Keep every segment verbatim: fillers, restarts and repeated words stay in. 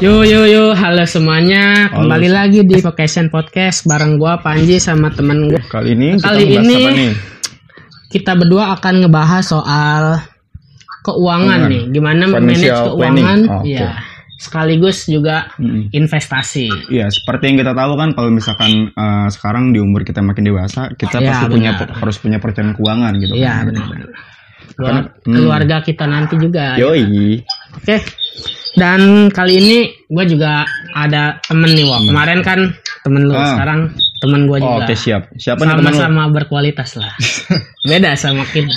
Yo yo yo, halo semuanya, kembali halo. lagi di Vocation Podcast bareng gua Panji sama temen gua. Kali ini kali kita ini apa nih? Kita berdua akan ngebahas soal keuangan nih, gimana manage keuangan, oh, ya. Okay. Sekaligus juga hmm. investasi. Iya, seperti yang kita tahu kan, kalau misalkan uh, sekarang di umur kita makin dewasa, kita ya, pasti benar. punya harus punya perencanaan keuangan gitu. Iya, benar-benar. Buat hmm. keluarga kita nanti juga. Yoi. Ya. Oke. Okay. Dan kali ini gue juga ada temen nih, Wak. Kemarin kan temen lu, ah. sekarang temen gue juga. Oh, oke, okay, siap. Siapa nih temen lu? Sama-sama berkualitas lah. Beda sama kita.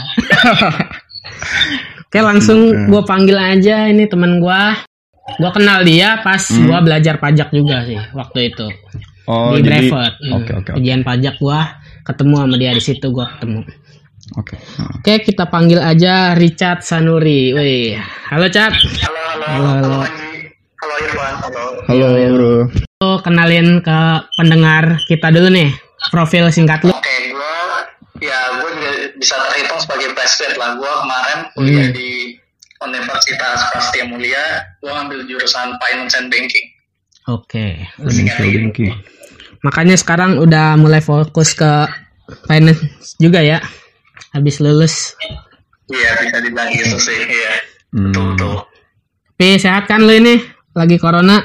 Oke, langsung gue panggil aja ini temen gue. Gue kenal dia pas hmm. gue belajar pajak juga sih waktu itu. Oh, di jadi... Brevet. Hmm. Oke, oke. Ujian pajak gue ketemu sama dia di situ, gue ketemu. Oke. Okay. Hmm. Oke, kita panggil aja Richard Sanuri. Wih, halo Cat. Halo, halo. Halo, halo. Halo Irfan. Halo. Halo, Bro. Lo kenalin ke pendengar kita dulu nih, profil singkat lu. Oke, okay, gue ya gue juga bisa terhitung sebagai graduate lah. Gue kemarin kuliah hmm. di Universitas Prasetya Mulia. Gue ngambil jurusan Finance and Banking. Oke. Okay. Finance and Banking. Makanya sekarang udah mulai fokus ke finance juga ya. Habis lulus. Iya, bisa dibilang gitu sih. Iya. Hmm. Betul, betul. Tapi sehat kan lu ini? Lagi corona?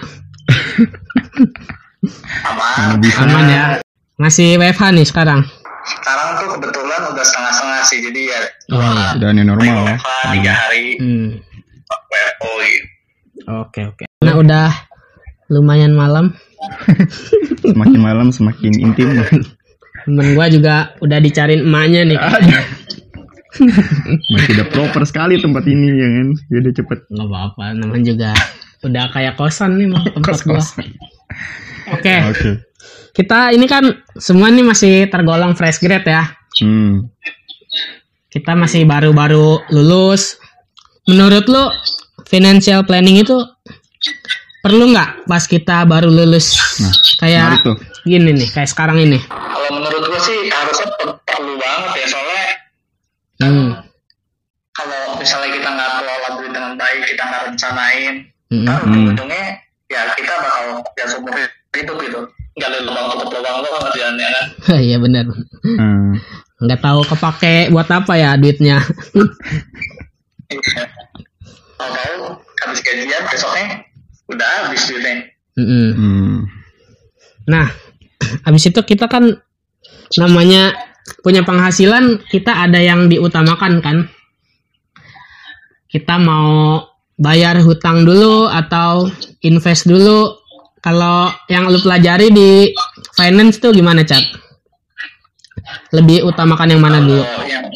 Aman. Aman ya. Masih W F H nih sekarang? Sekarang tuh kebetulan udah setengah-setengah sih. Jadi ya. Oh iya. Udah ini normal ya. W F H tiga hari. Hmm. W F O gitu. Oke, oke. Nah udah lumayan malam. Semakin malam semakin intim. Temen gue juga udah dicariin emaknya nih. Masih udah proper sekali tempat ini ya kan. Jadi cepet. Gak apa-apa, namanya juga udah kayak kosan nih mah tempat gue. Oke. Oke. Kita ini kan semua nih masih tergolong fresh grade ya. Hmm. Kita masih baru-baru lulus. Menurut lu financial planning itu perlu nggak pas kita baru lulus? Nah, kayak gini nih, kayak sekarang ini. Kalau menurut gue sih harusnya perlu banget ya, soalnya hmm. kalau misalnya kita nggak kelola duit dengan baik, kita nggak rencanain, hmm. kan ujung-ujungnya ya kita bakal ya seumur hidup gitu, nggak ada lubang tutup lubang lubang kerjaannya kan. Iya benar. Hmm. Nggak tahu kepake buat apa ya duitnya. Tahu habis gajian besoknya udah habis duitnya. Mm-hmm. Hmm. Nah, habis itu kita kan namanya punya penghasilan, kita ada yang diutamakan kan. Kita mau bayar hutang dulu atau invest dulu. Kalau yang lu pelajari di finance tuh gimana, Cat? Lebih utamakan yang mana dulu? Oh, yang...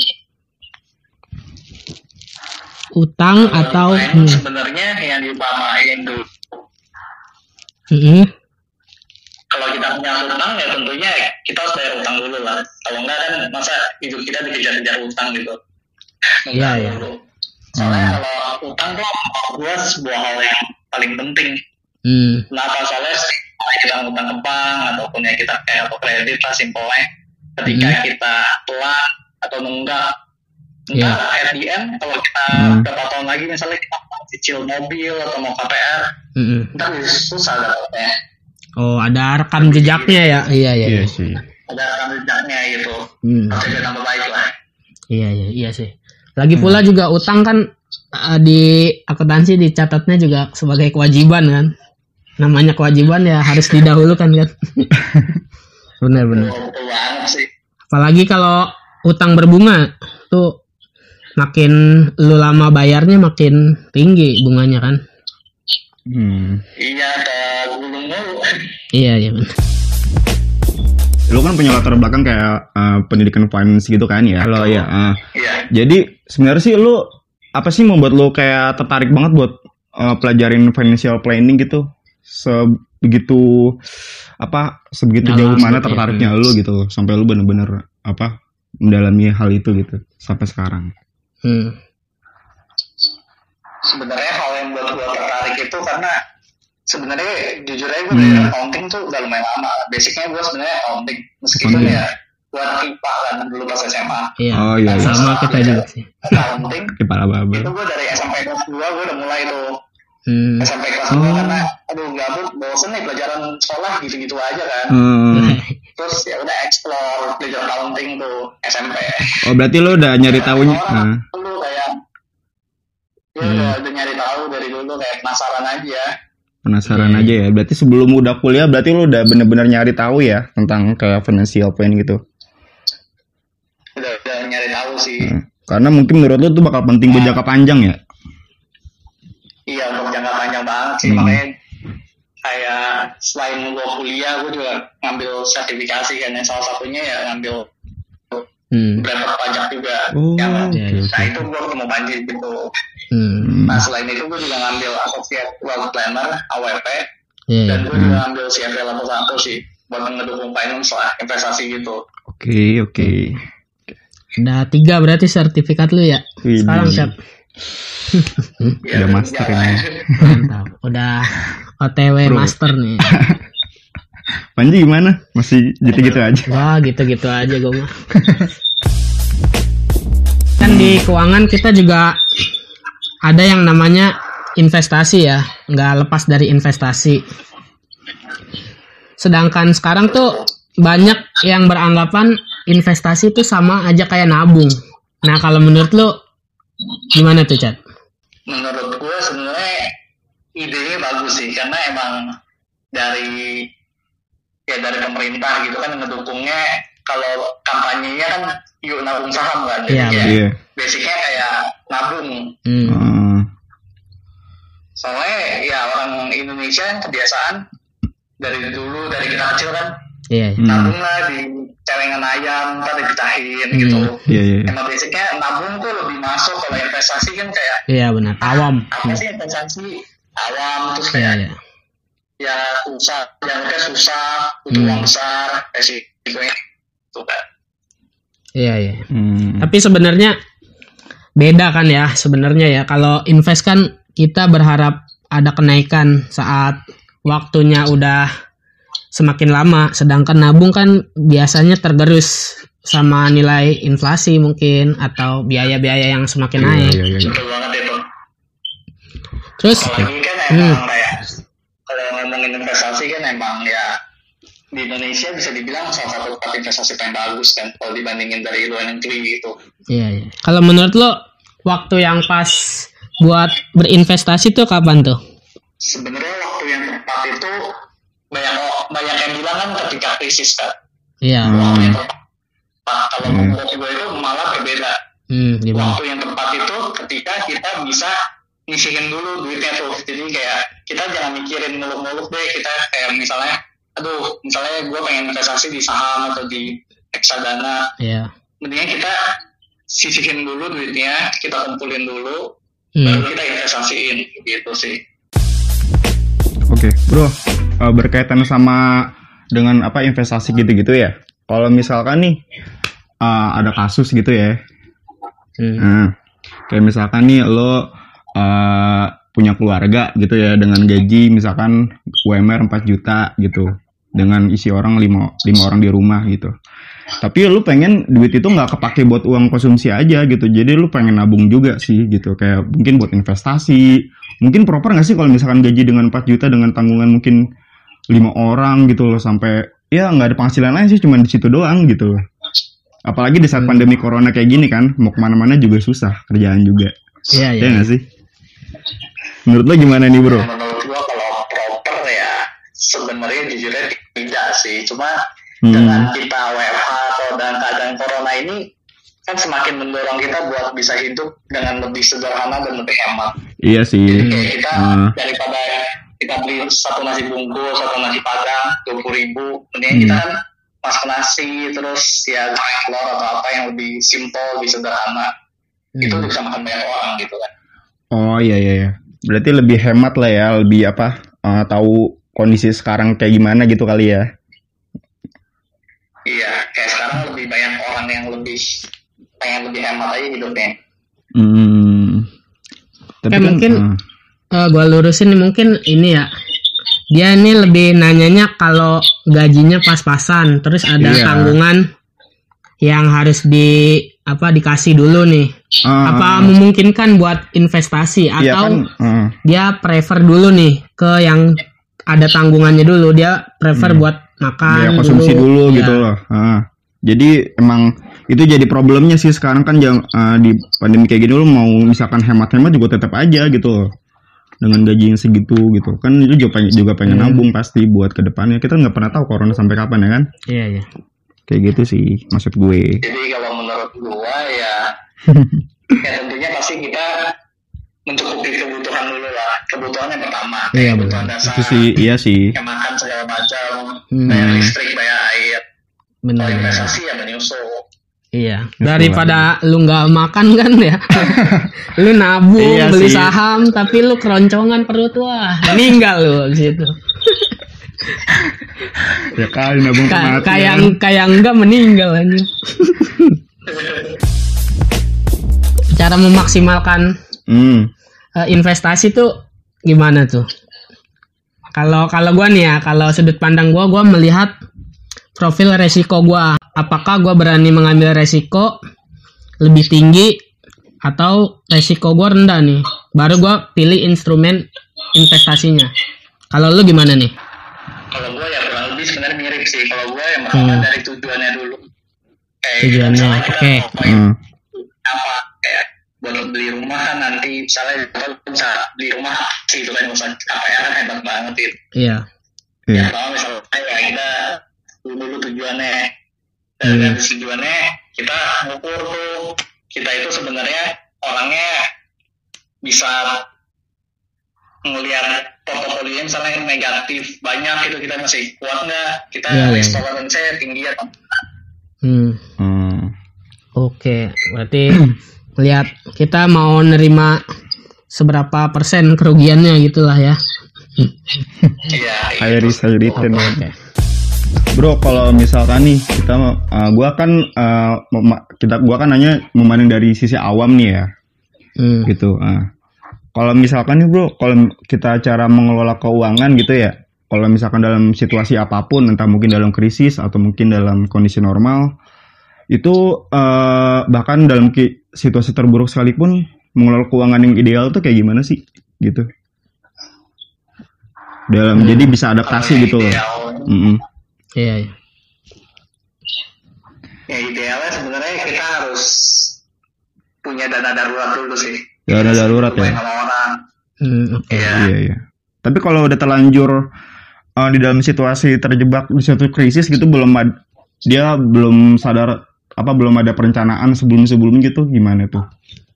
Utang kalau atau hmm. sebenarnya yang diutamain dulu. Mm-hmm. Kalau kita punya hutang ya tentunya kita harus bayar hutang dulu lah. Kalau enggak kan masa hidup kita dikejar-kejar hutang gitu. Iya ya. Soalnya hmm. kalau hutang tuh gue sebuah hal yang paling penting. Hmm. Kenapa? Soalnya kita ngutang ke bank ataupun ya kita kayak atau kredit lah simpelnya. Ketika hmm. kita telat atau nunggak, enggak yeah. at the end kalau kita hmm. berapa tahun lagi misalnya kita mau cicil mobil atau mau K P R, hmm. ntar susah dapetnya. Oh, ada rekam jejaknya ya? Iya, iya. Iya sih. Ada rekam jejaknya gitu. Hmm. Harus jadi tambah baik lah. Iya, iya, iya sih. Lagi pula hmm. juga utang kan uh, di akuntansi dicatatnya juga sebagai kewajiban kan. Namanya kewajiban ya harus didahulukan kan. Benar-benar. Betul banget sih. Apalagi kalau utang berbunga tuh makin lu lama bayarnya makin tinggi bunganya kan. Hmm. Iya, ada gulung mulu. Iya, iya benar. Lu kan punya latar belakang kayak uh, pendidikan finance gitu kan ya. Kalau ya. Uh, iya. Jadi sebenarnya sih lu apa sih membuat lu kayak tertarik banget buat uh, pelajarin financial planning gitu? Sebegitu apa sebegitu Dalam jauh mana tertariknya ya. Lu gitu sampai lu bener-bener apa mendalami hal itu gitu sampai sekarang. Hmm. Sebenarnya hal yang buat gue tertarik itu karena sebenarnya jujur aja gue dari hmm. accounting tuh udah lumayan lama. Basicnya gue sebenarnya accounting meskipun hmm. ya buat I P A kan dulu pas S M A. Iya. Oh iya. Sama kita juga sih. Accounting. Kepala babar. Itu gue dari S M P kelas dua gue udah mulai tuh hmm. S M P kelas dua oh. karena aduh gabut bosen nih pelajaran sekolah gitu-gitu aja kan. Hmm. Terus ya udah explore belajar accounting tuh S M P. Oh berarti lo udah nyari ya, tahunya? Nah. Lu kayak ya hmm. udah, udah nyari tahu dari dulu kayak penasaran aja. Penasaran hmm. aja ya. Berarti sebelum udah kuliah berarti lo udah bener-bener nyari tahu ya tentang kayak financial planning gitu. Udah, udah nyari tahu sih. Hmm. Karena mungkin menurut lo tuh bakal penting buat nah. jangka panjang ya. Iya untuk jangka panjang banget sih hmm. makanya kayak selain gue kuliah gue juga ngambil sertifikasi kan yang salah satunya ya ngambil hmm. berapa pajak juga oh, yang okay, nah okay. itu gue mau banjir gitu hmm. nah selain itu gue juga ngambil associate wealth planner A W P yeah. dan gue hmm. juga ngambil C F A level satu sih buat ngedukung finance lah investasi gitu. Oke okay, oke okay. Udah tiga berarti sertifikat lu ya Wih, sekarang siap ya, udah master ya. Mantap. Udah O T W Bro. Master nih. Panji gimana? Masih gitu-gitu aja? Wah gitu-gitu aja gue mah. Kan di keuangan kita juga ada yang namanya investasi ya, nggak lepas dari investasi. Sedangkan sekarang tuh banyak yang beranggapan investasi itu sama aja kayak nabung. Nah kalau menurut lo gimana tuh Chat? Menurut gue sebenarnya idenya bagus sih karena emang dari ya dari pemerintah gitu kan ngedukungnya kalau kampanyenya kan yuk nabung saham kan yeah, jadi yeah. basicnya kayak nabung. Hmm. Soalnya ya orang Indonesia yang kebiasaan dari dulu dari kita kecil kan yeah. nabung lah di celengan ayam ntar dipecahin hmm. gitu. Yeah, yeah. Emang basicnya nabung tuh lebih masuk kalau investasi kan kayak iya yeah, benar awam. Apa sih investasi awam terus kayak yeah, yeah. ya susah yang kayak susah butuh hmm. uang besar resikonya tuh kan. Iya iya. Hmm. Tapi sebenarnya beda kan ya sebenarnya ya kalau invest kan kita berharap ada kenaikan saat waktunya udah semakin lama, sedangkan nabung kan biasanya tergerus sama nilai inflasi mungkin atau biaya-biaya yang semakin naik. Iya, iya, iya. Betul banget itu. Terus apalagi kan emang hmm. kayak kalau ngomongin investasi kan emang ya di Indonesia bisa dibilang salah satu tempat investasi paling bagus kan kalau dibandingin dari luar negeri gitu. Iya, iya. Kalau menurut lo waktu yang pas buat berinvestasi tuh kapan tuh? Sebenarnya waktu yang tepat itu banyak banyak yang bilang kan ketika krisis kan. Iya. Waktu yang tepat. Nah, kalau hmm. menurut gue itu malah berbeda. Hmm, waktu yang tepat itu ketika kita bisa ngisihin dulu duitnya tuh. Jadi kayak kita jangan mikirin muluk-muluk deh. Kita kayak misalnya, aduh, misalnya gue pengen investasi di saham atau di reksadana. Iya. Mendingan kita sisihin dulu duitnya, kita kumpulin dulu, hmm. baru kita investasiin gitu sih. Oke, okay, bro, uh, berkaitan sama dengan apa investasi gitu-gitu ya. Kalau misalkan nih uh, ada kasus gitu ya, hmm. nah, kayak misalkan nih lo uh, punya keluarga gitu ya dengan gaji misalkan U M R empat juta gitu, dengan isi orang lima orang di rumah gitu. Tapi lu pengen duit itu nggak kepake buat uang konsumsi aja gitu, jadi lu pengen nabung juga sih gitu, kayak mungkin buat investasi. Mungkin proper nggak sih kalau misalkan gaji dengan empat juta dengan tanggungan mungkin lima orang gitu loh, sampai ya nggak ada penghasilan lain sih, cuma di situ doang gitu loh. Apalagi di saat pandemi corona kayak gini kan, mau kemana-mana juga susah, kerjaan juga. Iya iya. Ya nggak sih? Menurut lo gimana nih bro? Menurut gua kalau proper ya sebenarnya jujurnya tidak sih, cuma hmm. dengan kita W F H atau dengan keadaan corona ini kan semakin mendorong kita buat bisa hidup dengan lebih sederhana dan lebih hemat. Iya sih. Jadi kayak kita uh. daripada kita beli satu nasi bungkus, satu nasi padang dua puluh ribu, mendingan hmm. kita kan masak nasi terus ya telur atau apa yang lebih simple, lebih sederhana. Hmm. Itu bisa makan banyak orang gitu kan. Oh iya iya iya. Berarti lebih hemat lah ya, lebih apa? Uh, tahu kondisi sekarang kayak gimana gitu kali ya. Iya, kayak sekarang lebih banyak orang yang lebih pengen lebih hemat aja hidupnya. Hmm. Tapi kan, mungkin uh, uh, gue lurusin nih, mungkin ini ya. Dia ini lebih nanyanya kalau gajinya pas-pasan, terus ada iya. tanggungan yang harus di apa dikasih dulu nih. Uh, apa memungkinkan buat investasi atau iya kan, uh. dia prefer dulu nih ke yang ada tanggungannya dulu, dia prefer hmm. buat makan ya, konsumsi dulu, dulu ya. Gitu loh. Uh. Jadi emang itu jadi problemnya sih sekarang kan yang uh, di pandemi kayak gini lo mau misalkan hemat-hemat juga tetap aja gitu loh. Dengan gaji yang segitu gitu kan itu juga pengen, juga pengen hmm. nabung pasti buat kedepannya, kita nggak pernah tahu corona sampai kapan ya kan. Iya iya kayak gitu sih maksud gue. Jadi kalau menurut gue ya ya tentunya pasti kita mencukupi kebutuhan dulu lah, kebutuhan yang pertama iya, kebutuhan dasar itu sih iya sih kayak makan segala macam hmm. bayar listrik bayar air benar investasi ya menyusul. Iya, daripada lu nggak makan kan ya, lu nabung iya beli sih. Saham, tapi lu keroncongan perut wah, meninggal lu di situ. Ya kali nabung Ka- kayak kayak enggak meninggal aja. Cara memaksimalkan hmm. uh, investasi tuh gimana tuh? Kalau kalau gua nih ya, kalau sudut pandang gua, gua melihat profil resiko gua. Apakah gue berani mengambil resiko lebih tinggi atau resiko gue rendah nih, baru gue pilih instrumen investasinya. Kalau lu gimana nih? Kalau gue ya kurang lebih sebenarnya mirip sih. Kalau gue yang pertama hmm. dari tujuannya dulu. Kayak tujuannya, oke. Okay. Hmm. Apa kayak buat beli rumah kan nanti misalnya kalau bisa beli rumah sih itu kan usaha K P R kan hebat banget itu. Iya. Ya kalau misalnya ya kita dulu tujuannya. Dan hmm. tujuannya kita ngukur tuh kita itu sebenarnya orangnya bisa ngelihat portofolio misalnya negatif banyak itu kita masih kuat nggak, kita yeah, risk yeah. tolerance-nya tinggi atau hmm. hmm. Oke, okay. Berarti lihat kita mau nerima seberapa persen kerugiannya gitulah ya. Iya. High risk high return. Okay. Bro, kalau misalkan nih kita, uh, gua kan, uh, mem- kita, gua kan hanya memandang dari sisi awam nih ya, hmm. gitu. Uh. Kalau misalkan nih bro, kalau kita cara mengelola keuangan gitu ya, kalau misalkan dalam situasi apapun, entah mungkin dalam krisis atau mungkin dalam kondisi normal, itu uh, bahkan dalam ki- situasi terburuk sekalipun, mengelola keuangan yang ideal tuh kayak gimana sih, gitu? Dalam, hmm. jadi bisa adaptasi gitu loh. Mm-hmm. Iya, iya. Ya idealnya sebenarnya kita harus punya dana darurat dulu sih. Dana darurat ya. Hmm, okay. Iya. Iya, iya. Tapi kalau udah terlanjur uh, di dalam situasi terjebak di suatu krisis gitu, belum ad- dia belum sadar apa belum ada perencanaan sebelum-sebelum gitu, gimana tuh?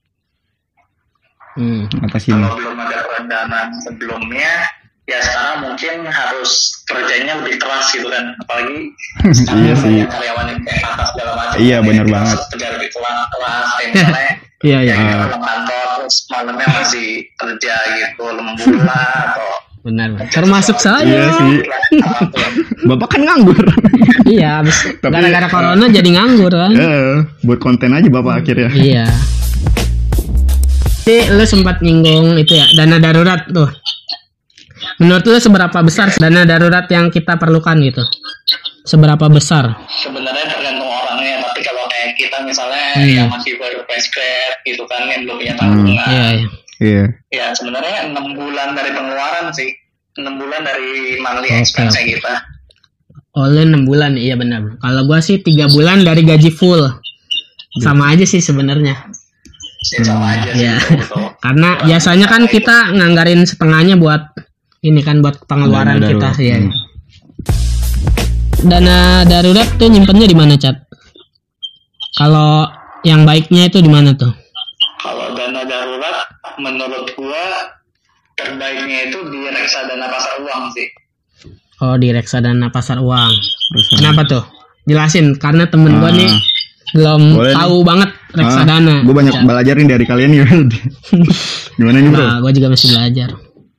Hmm. Kalau belum ada perencanaan sebelumnya, ya sekarang mungkin harus kerjanya lebih keras gitu kan, apalagi iya sih karyawan yang kayak atas segala macam. Iya benar banget. Kerja lebih keras, keras kayak misalnya iya iya. Ya, pulang kantor terus malamnya masih kerja gitu lembur lah atau. Benar. Termasuk saya. Iya sih. Bapak kan nganggur. Iya, abis tapi, gara-gara corona uh, jadi nganggur kan. Iya, buat konten aja bapak akhirnya. Iya. Jadi lu sempat nyinggung itu ya, dana darurat tuh. Menurut lu seberapa besar dana darurat yang kita perlukan gitu? Seberapa besar? Sebenarnya tergantung orangnya, tapi kalau kayak kita misalnya hmm. yang masih baru fresh grad gitu kan, yang belum punya tanggungan. Hmm, iya, iya. Iya. Ya sebenarnya enam bulan dari pengeluaran sih, enam bulan dari monthly okay. expense kita. Oh, lu enam bulan, iya benar. Kalau gua sih tiga bulan dari gaji full. Sama aja sih sebenarnya. Ya, sama hmm, aja sih. Ya. Karena buat biasanya kan kita gitu. Nganggarin setengahnya buat ini kan buat pengeluaran dana kita ya. Hmm. Dana darurat tuh nyimpennya di mana, Cat? Kalau yang baiknya itu di mana tuh? Kalau dana darurat menurut gua terbaiknya itu di reksadana pasar uang sih. Oh, di reksadana pasar uang. Kenapa tuh? Jelasin, karena temen ah. gua nih belum boleh tahu nih. Banget reksadana. Ah, gue banyak Cat. Belajar nih dari kalian nih. Gimana nih bro? Nah, gue juga masih belajar.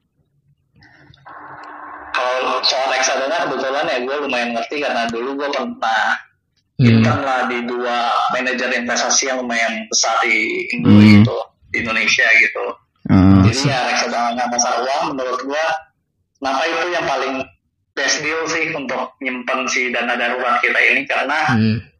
Kalau soal reksadana kebetulan ya gue lumayan ngerti karena dulu gue pernah hmm. intern lah di dua manajer investasi yang lumayan besar di Indo hmm. gitu, di Indonesia gitu. Hmm. Jadi ya reksadana pasar uang menurut gue, kenapa itu yang paling best deal sih untuk nyimpen si dana darurat kita ini karena hmm.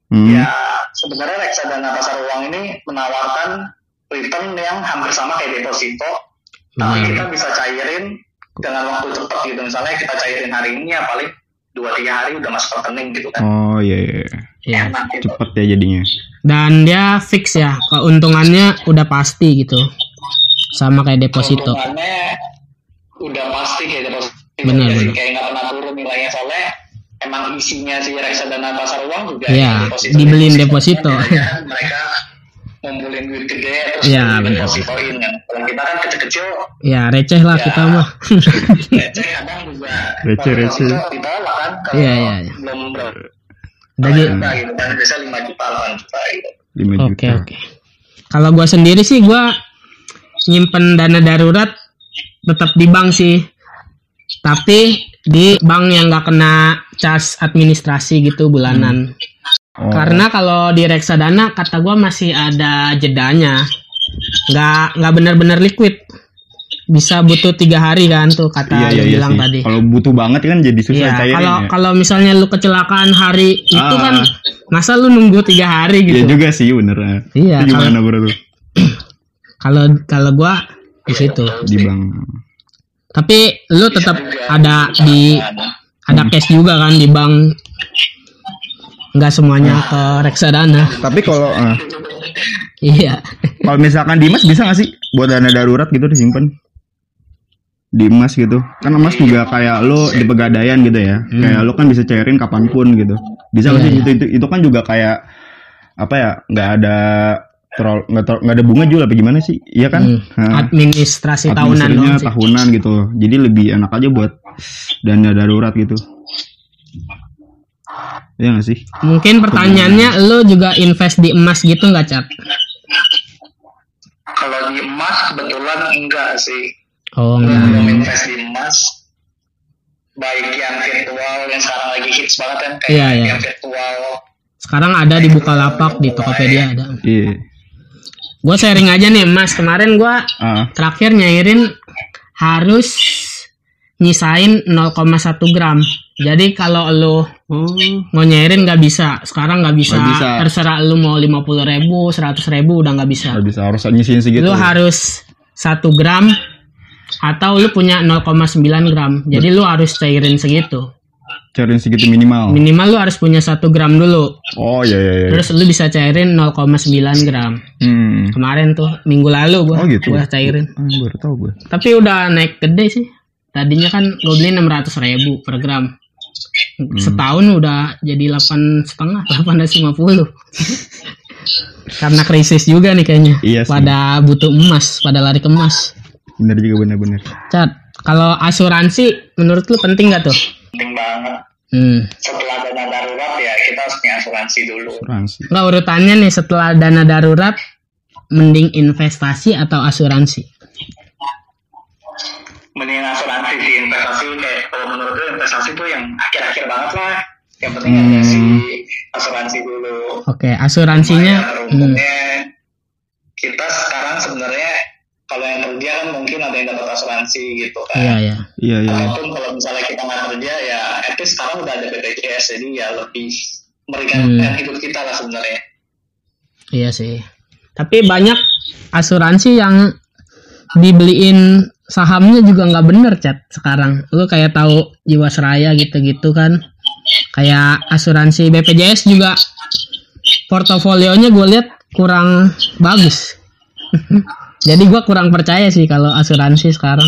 hmm. ya sebenarnya reksadana pasar uang ini menawarkan return yang hampir sama kayak deposito, hmm. tapi kita bisa cairin dengan waktu cepat gitu. Misalnya kita cairin hari ini ya paling dua tiga hari udah masuk rekening gitu kan. Oh iya iya. Ya. Enak gitu. Cepet ya jadinya. Dan dia fix ya, keuntungannya udah pasti gitu. Sama kayak deposito. Keuntungannya udah pasti kayak deposito. Benar, benar. Kayak nggak pernah turun nilainya, soalnya emang isinya si reksadana pasar uang juga ya, deposito. Dibeliin deposito. Ya, mereka ngumpulin duit gede terus ya, depositoin kan. Kalau kita kan kecil-kecil. Ya receh lah ya, kita mah. Receh kadang juga. Receh receh. Kita lah kan kalau ya, ya, ya. belum berapa Jadi, gitu kan biasa lima juta delapan juta gitu. lima juta. Oke oke. Kalau gue sendiri sih gue nyimpen dana darurat tetap di bank sih. Tapi di bank yang nggak kena charge administrasi gitu bulanan. Hmm. Oh. Karena kalau di reksadana kata gue masih ada jedanya, nggak nggak benar-benar liquid. Bisa butuh tiga hari kan tuh kata iya, lu iya, bilang iya tadi. Kalau butuh banget kan jadi susah iya, cairin. Kalau ya. kalau misalnya lu kecelakaan hari ah. itu kan masa lu nunggu tiga hari gitu. Iya juga sih bener. Iya. Itu gimana bro? Kalau kalau gue di situ di bank. Tapi lu tetap ada di ada cash juga kan di bank. Enggak semuanya ke reksadana. Tapi kalau uh, iya. Kalau misalkan di emas bisa nggak sih buat dana darurat gitu disimpan? Di emas gitu. Kan emas juga kayak lo di pegadaian gitu ya. Hmm. Kayak lo kan bisa cairin kapanpun gitu. Bisa nggak iya, sih iya. Itu, itu itu kan juga kayak apa ya? Nggak ada terlalu nggak nggak ada bunga juga apa gimana sih? Iya kan? Hmm. Nah, administrasi tahunan dong. Tahunan gitu. Jadi lebih enak aja buat dana darurat gitu. Iya nggak sih? Mungkin pertanyaannya lo juga invest di emas gitu nggak, Cat? Kalau di emas kebetulan enggak sih. Oh enggak. Belum invest di emas. Baik yang virtual yang sekarang lagi hits banget kan kayak iya, iya. yang virtual. Sekarang ada di Bukalapak, di Tokopedia ada. Iya. Gue sharing aja nih emas. Kemarin gue uh. terakhir nyairin harus nyisain nol koma satu gram. Jadi kalau lo hmm. mau nyairin nggak bisa. Sekarang nggak bisa. bisa. Terserah lo mau lima puluh ribu, seratus ribu udah nggak bisa. Nggak bisa. Harus nyisiin segitu. Lo harus satu gram atau lo punya nol koma sembilan gram. Jadi lo harus cairin segitu. Cairin segitu minimal. Minimal lo harus punya satu gram dulu. Oh iya iya. iya. Terus lo bisa cairin nol koma sembilan gram. Hmm. Kemarin tuh minggu lalu gue, oh, gitu. gue cairin. Ah, baru tahu gue. Tapi udah naik gede sih. Tadinya kan gue beli enam ratus ribu per gram. Hmm. Setahun udah jadi delapan setengah, delapan ratus lima puluh. Karena krisis juga nih kayaknya. Iya sih. Pada butuh emas, pada lari ke emas. Bener juga bener-bener. Cat, kalau asuransi menurut lu penting gak tuh? Penting banget. Hmm. Setelah dana darurat ya kita harus punya asuransi dulu. Asuransi. Nggak, urutannya nih setelah dana darurat, mending investasi atau asuransi? Mending asuransi sih. Investasi kayak kalau menurut gue investasi tuh yang akhir-akhir banget lah. Yang penting hmm. ada si asuransi dulu. Oke, asuransinya. Hmm. Kita sekarang sebenarnya kalau yang kerja kan mungkin ada yang dapat asuransi gitu kan. Iya iya. Iya iya. Ataupun kalau misalnya kita nggak kerja ya, at least sekarang udah ada B P J S jadi ya lebih meringankan hmm. hidup kita lah sebenarnya. Iya sih. Tapi banyak asuransi yang dibeliin sahamnya juga nggak bener, Cat, sekarang. Lu kayak tahu Jiwasraya gitu-gitu kan. Kayak asuransi B P J S juga portofolionya gue lihat kurang bagus. Jadi gue kurang percaya sih kalau asuransi sekarang.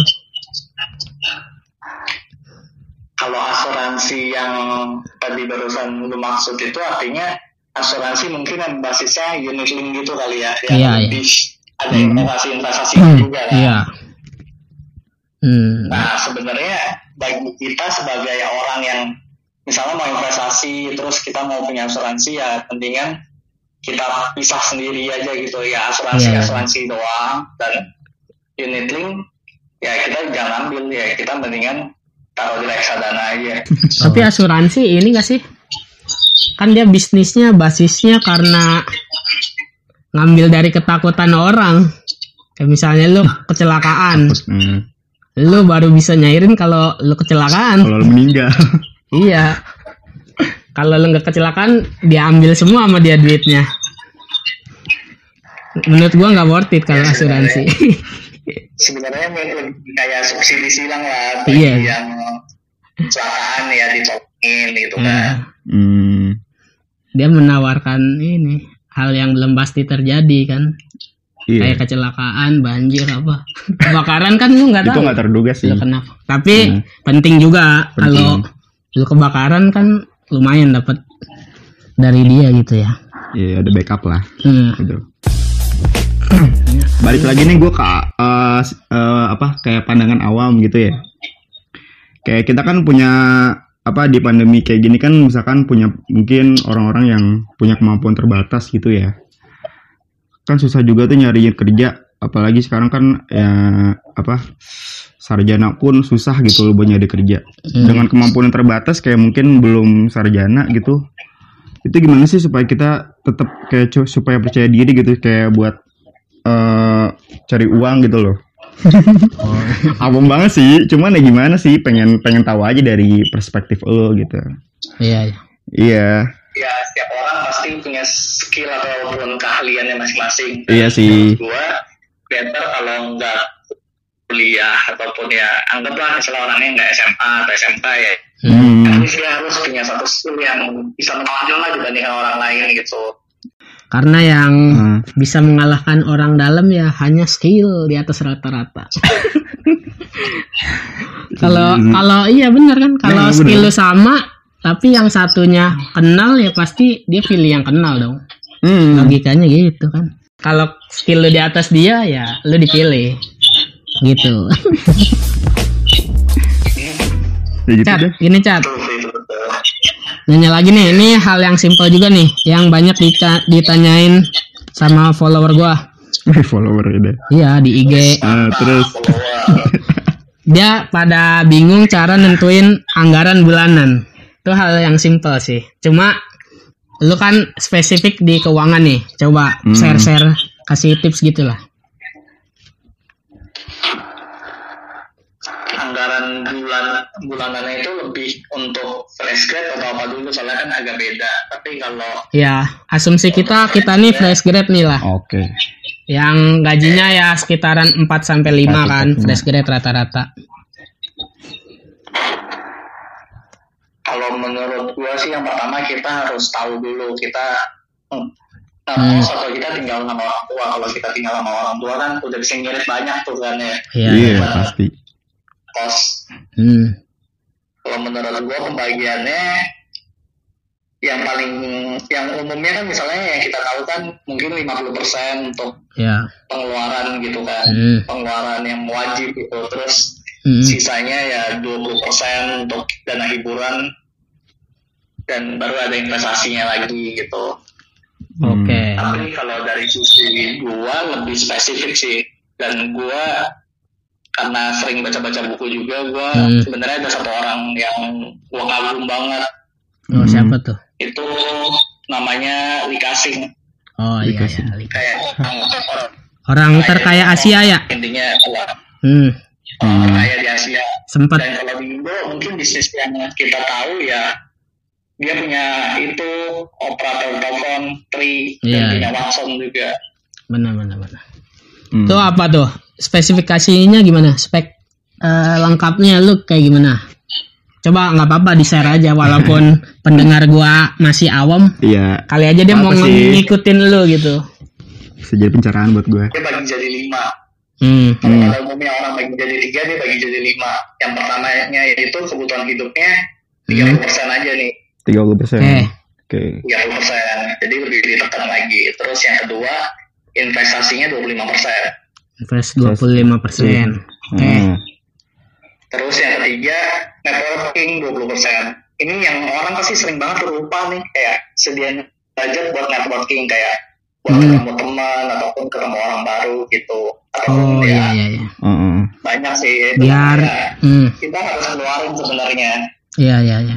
Kalau asuransi yang tadi barusan lu maksud itu artinya asuransi mungkin yang basisnya unit link gitu kali ya, yang iya, lebih iya. ada investasi-investasi hmm. juga kan. Iya. Hmm. Nah sebenarnya bagi kita sebagai orang yang misalnya mau investasi terus kita mau punya asuransi ya mendingan kita pisah sendiri aja gitu ya, asuransi yeah. asuransi doang dan unit link ya kita jangan ambil ya, kita mendingan taruh di reksadana aja. Tapi asuransi ini nggak sih, kan dia bisnisnya basisnya karena ngambil dari ketakutan orang. Kayak misalnya lu kecelakaan, hmm. lu baru bisa nyairin kalau lu kecelakaan. Kalau lu meninggal. Iya. kalau lu nggak kecelakaan diambil semua sama dia duitnya. Menurut gua nggak worth it kalau asuransi. Sebenarnya lebih kayak subsidi silang lah bagi Iya. yang kecelakaan ya ditolongin gitu kan. Hmm. Dia menawarkan ini hal yang belum pasti terjadi kan. Iya. Kayak kecelakaan, banjir apa. Kebakaran kan lu nggak tahu. Itu nggak terduga sih. Lu kenapa? Tapi Hmm. penting juga Penting. kalau lu kebakaran kan lumayan dapat dari dia gitu ya. Iya, ada backup lah. Hmm. Gitu. Balik lagi nih gue ke uh, uh, apa kayak pandangan awam gitu ya. Kayak kita kan punya apa di pandemi kayak gini kan misalkan punya mungkin orang-orang yang punya kemampuan terbatas gitu ya. Kan susah juga tuh nyari kerja, apalagi sekarang kan ya apa sarjana pun susah gitu loh buat nyari kerja. Hmm. Dengan kemampuan yang terbatas kayak mungkin belum sarjana gitu. Itu gimana sih supaya kita tetap kayak cu- supaya percaya diri gitu kayak buat uh, cari uang gitu loh. Oh. Awam banget sih, cuman ya gimana sih pengen pengen tahu aja dari perspektif lo gitu. Iya, iya. Iya, Ya setiap orang pasti punya skill ataupun keahliannya masing-masing. iya sih. Gua better kalau nggak kuliah ataupun ya anggaplah misalnya orangnya nggak S M A atau S M K ya. Hmm. Tapi dia harus punya satu skill yang bisa menonjol lah dibandingkan orang lain gitu. Karena yang Hmm. bisa mengalahkan orang dalam ya hanya skill di atas rata-rata. Kalau Hmm. kalau iya benar kan, kalau Nah, skill bener. lu sama tapi yang satunya kenal ya pasti dia pilih yang kenal dong. Hmm. Logikanya gitu kan. Kalau skill lu di atas dia ya lu dipilih. Gitu. Ya gitu Cat, deh. gini Cat. Betul, betul, betul. Nanya lagi nih, ini hal yang simpel juga nih, yang banyak dica- ditanyain sama follower gua. Wih, follower deh. Iya di I G. Ah, terus Follower. Dia pada bingung cara nentuin anggaran bulanan. Itu hal yang simpel sih. Cuma lu kan spesifik di keuangan nih. Coba Hmm. share-share, kasih tips gitulah. Anggaran bulan bulanannya itu lebih untuk fresh grad atau apa dulu soalnya kan agak beda. Tapi kalau Ya, asumsi kita kita nih fresh grade nih lah. oke. Yang gajinya ya sekitaran empat sampai lima kan, Satu, fresh grade rata-rata. kalau menurut gua sih yang pertama kita harus tahu dulu kita hmm, nah, Hmm. kos atau kita tinggal sama orang tua. Kalau kita tinggal sama orang tua kan udah bisa ngirit banyak tuh kan ya Iya. Iya, iya. pasti. kos. Hmm. Kalau menurut gua pembagiannya yang paling yang umumnya kan misalnya yang kita tahu kan mungkin lima puluh persen untuk Ya. pengeluaran gitu kan, Hmm. pengeluaran yang wajib gitu, terus Hmm. sisanya ya dua puluh persen untuk dana hiburan dan baru ada investasinya lagi gitu. Oke. Tapi kalau dari sisi gua lebih spesifik sih, dan gua karena sering baca-baca buku juga, gua Hmm. sebenarnya ada satu orang yang gua kagum banget, Oh, siapa tuh? itu namanya Lee Ka-sing. Oh iya, Dikasih. iya. Lika. Kayak orang Orang terkaya Asia ya. intinya orang Hmm. orang terkaya di Asia. Sempat. Dan kalau di Indo mungkin bisnis yang kita tahu ya dia punya itu operator telepon, Tri, dan Iya, punya iya. Watson juga. Benar, benar, benar. Hmm. Itu apa tuh? Spesifikasinya gimana? Spek eh, lengkapnya lu kayak gimana? Coba nggak apa-apa di share aja walaupun pendengar gua masih awam. Iya, Kali aja dia mau Apa sih? ngikutin lu gitu. bisa jadi pencerahan buat gue. Dia bagi jadi lima. Hmm. Kalau Hmm. pada umumnya orang bagi jadi tiga, dia bagi jadi lima. Yang pertamanya yaitu kebutuhan hidupnya tiga puluh persen aja nih, tiga puluh persen. Oke. Oke. tiga puluh persen. Jadi lebih ditekan lagi. Terus yang kedua investasinya dua puluh lima persen. Invest dua puluh lima persen. Oke. Hmm. Terus yang ketiga networking dua puluh persen. Ini yang orang pasti sering banget lupa nih, kayak sediain budget buat networking, kayak buat Hmm. ketemu teman ataupun ketemu orang baru gitu. Ataupun Oh ya iya iya iya. Heeh. banyak sih. Itu Biar ya, hmm. kita harus keluarin sebenarnya. Iya iya iya.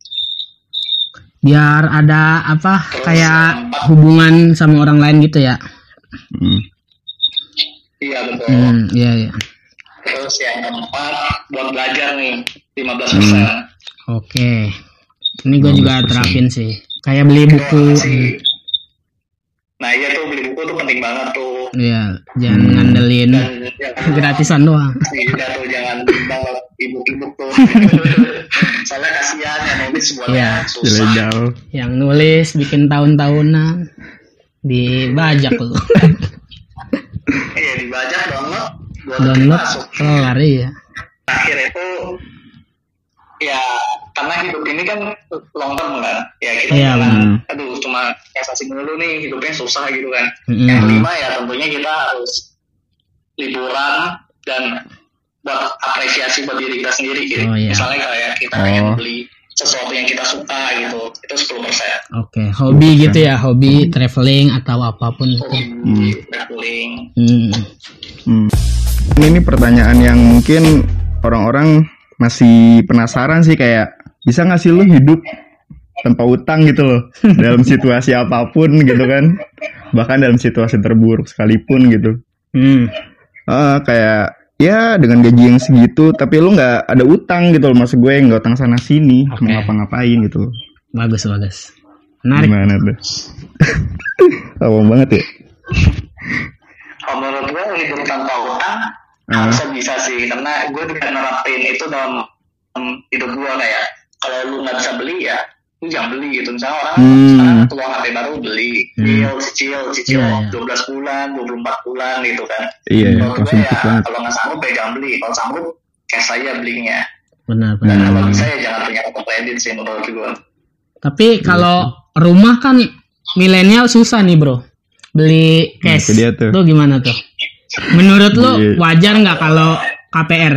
Biar ada apa Terus kayak yang keempat, hubungan sama orang lain gitu ya. Hmm. iya betul. Hmm, iya iya. Terus yang keempat buat belajar nih lima belas persen. Oke. Ini gue juga terapin sih. Kayak beli buku. Hmm. Nah iya tuh beli buku tuh penting banget tuh. Iya, jangan hmm. ngandelin dan, gratisan doang. Iya tuh jangan bawa ibu-ibu tuh. Soalnya kasihan yang nulis semuanya ya, susah. Jauh. Yang nulis bikin tahun-tahunan dibajak lu. Iya dibajak download. Download kelar ya. Akhir itu ya karena hidup ini kan long term kan. Ya kita ya, jangan aduh cuma investasi mulu nih hidupnya susah gitu kan. Mm-hmm. Yang kelima ya tentunya kita harus liburan dan buat apresiasi buat diri kita sendiri gitu. Oh, iya. Misalnya kayak kita oh. pengen beli sesuatu yang kita suka gitu, itu sepuluh persen. Oke, okay. Hobi okay. gitu ya, hobi traveling atau apapun itu. Hobi hmm. traveling. Hmm. Hmm. Ini pertanyaan yang mungkin orang-orang masih penasaran sih, kayak bisa nggak sih lu hidup tanpa utang gitu loh dalam situasi apapun gitu kan, bahkan dalam situasi terburuk sekalipun gitu. Hmm. Uh, kayak ya dengan gaji yang segitu tapi lu nggak ada utang gitu loh, maksud gue nggak utang sana sini, okay. mau ngapa-ngapain gitu. Bagus bagus. Menarik. Gimana tuh? Awam banget ya. Kalau menurut gue hidup tanpa utang uh. harusnya bisa sih, karena gue juga nerapin itu dalam um, hidup gue kayak kalau lu nggak bisa beli ya lu jangan beli gitu. Misalnya orang hmm. sekarang keluar H P baru beli, cicil, hmm. cicil, cicil yeah, yeah. dua belas bulan, dua puluh empat bulan gitu kan. Iya, yeah, kalau gue ya kalau nggak sanggup ya jangan beli. Kalau sanggup cash aja belinya. Benar, benar. Dan kalau bisa ya jangan punya kartu kredit sih menurut gue. Tapi kalau yeah. rumah kan milenial susah nih bro, beli cash. Nah, tuh. Tuh gimana tuh? Menurut lu yeah. wajar nggak kalau K P R?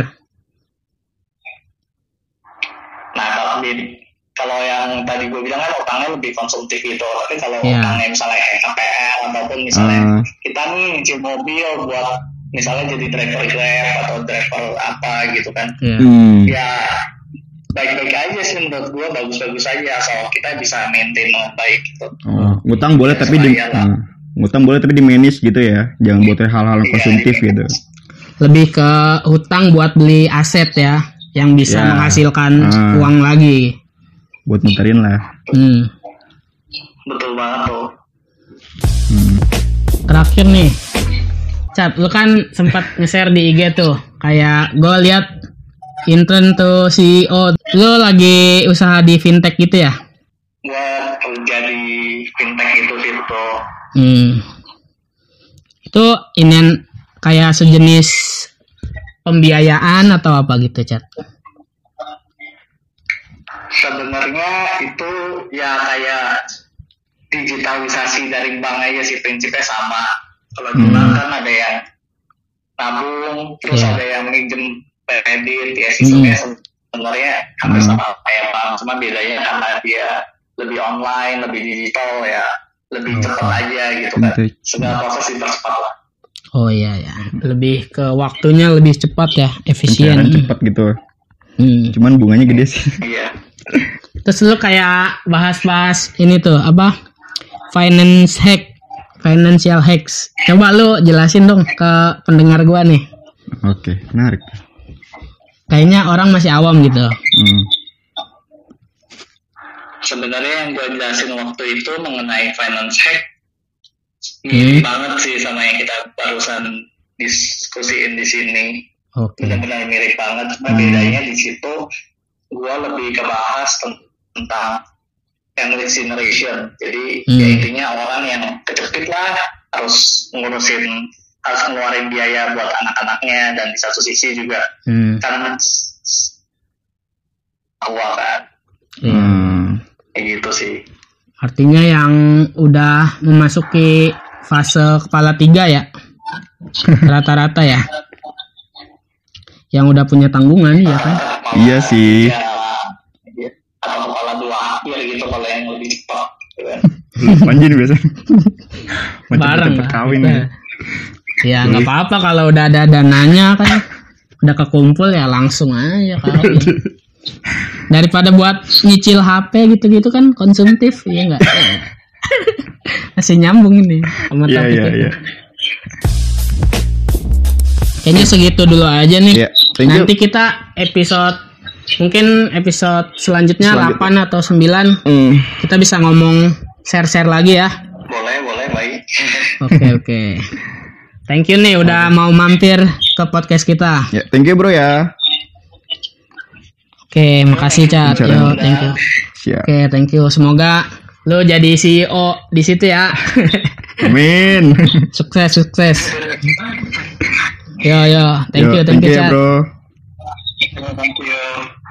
Nah kalau di Kalau yang tadi gue bilang kan utangnya lebih konsumtif gitu, tapi kalau yeah. utangnya misalnya kayak K P R ataupun misalnya uh. kita nih nyicil mobil buat misalnya jadi driver Grab atau driver apa gitu kan, yeah. hmm. ya baik-baik aja sih menurut gue, bagus-bagus aja asal kita bisa maintain dengan baik gitu. Oh, utang boleh ya, tapi di uh, utang boleh tapi di manage gitu ya, jangan buat hal-hal yeah, konsumtif yeah. gitu. Lebih ke hutang buat beli aset ya, yang bisa yeah. menghasilkan uh. uang lagi. Buat muterin lah. Hmm. Betul banget tuh. Hmm. Terakhir nih, Cat, lu kan sempat nge-share di I G tuh, kayak gue lihat intern tuh C E O, lu lagi usaha di fintech gitu ya? Gue kerja di fintech itu gitu. Hmm. Itu ini kayak sejenis pembiayaan atau apa gitu, Cat? Sebenarnya itu ya kayak digitalisasi dari bank aja sih, prinsipnya sama. Kalau di bank kan ada yang nabung, terus yeah. ada yang minjem kredit, ya sistemnya hmm. sebenarnya hampir hmm. sama kayak bank, cuma bedanya karena dia lebih online, lebih digital ya, lebih okay. cepat aja gitu kan. Segala proses dipercepat lah. Oh iya ya, lebih ke waktunya lebih cepat ya, efisien. Cepat gitu. Hmm. Cuman bunganya gede sih. Iya. Terus lu kayak bahas-bahas ini tuh apa? Finance hack, financial hacks. Coba lu jelasin dong ke pendengar gua nih. Oke, menarik. Kayaknya orang masih awam gitu. Hmm. Sebenarnya yang gua jelasin waktu itu mengenai finance hack mirip hmm. banget sih sama yang kita barusan diskusiin di sini. Oke. Okay. Benar-benar mirip banget. Cuma hmm. bedanya di situ gue lebih kebahas tentang sandwich generation. Jadi hmm. ya intinya orang yang kecepit lah, harus ngurusin, harus ngeluarin biaya buat anak-anaknya, dan di satu sisi juga hmm. kan tua kan. Hmm. Kayak gitu sih. Artinya yang udah memasuki fase kepala tiga ya, rata-rata ya. Yang udah punya tanggungan ya kan? Iya sih. Ya, atau kepala dua akhir gitu kalau yang lebih cepat. Manjin biasa. Barang lah. Kawin ya. Ya nggak apa-apa kalau udah ada dananya kan, udah kekumpul ya langsung aja kawin. Daripada buat nyicil H P gitu-gitu kan konsumtif, ya nggak? Masih nyambung ini sama topik yeah, itu. Yeah. Kayaknya segitu dulu aja nih. Yeah, nanti kita episode mungkin episode selanjutnya Selanjut. delapan atau sembilan Hmm. kita bisa ngomong share-share lagi ya. Boleh, boleh, baik. Oke oke. Thank you nih udah mau mampir ke podcast kita. Ya, thank you bro ya. Oke, makasih Cat. Bicara. Yo, thank you. Siap. Oke, thank you. Semoga lu jadi C E O di situ ya. Amin. Sukses, sukses. Yo yo, thank Yo, you, thank you ya Cat. bro. Thank you.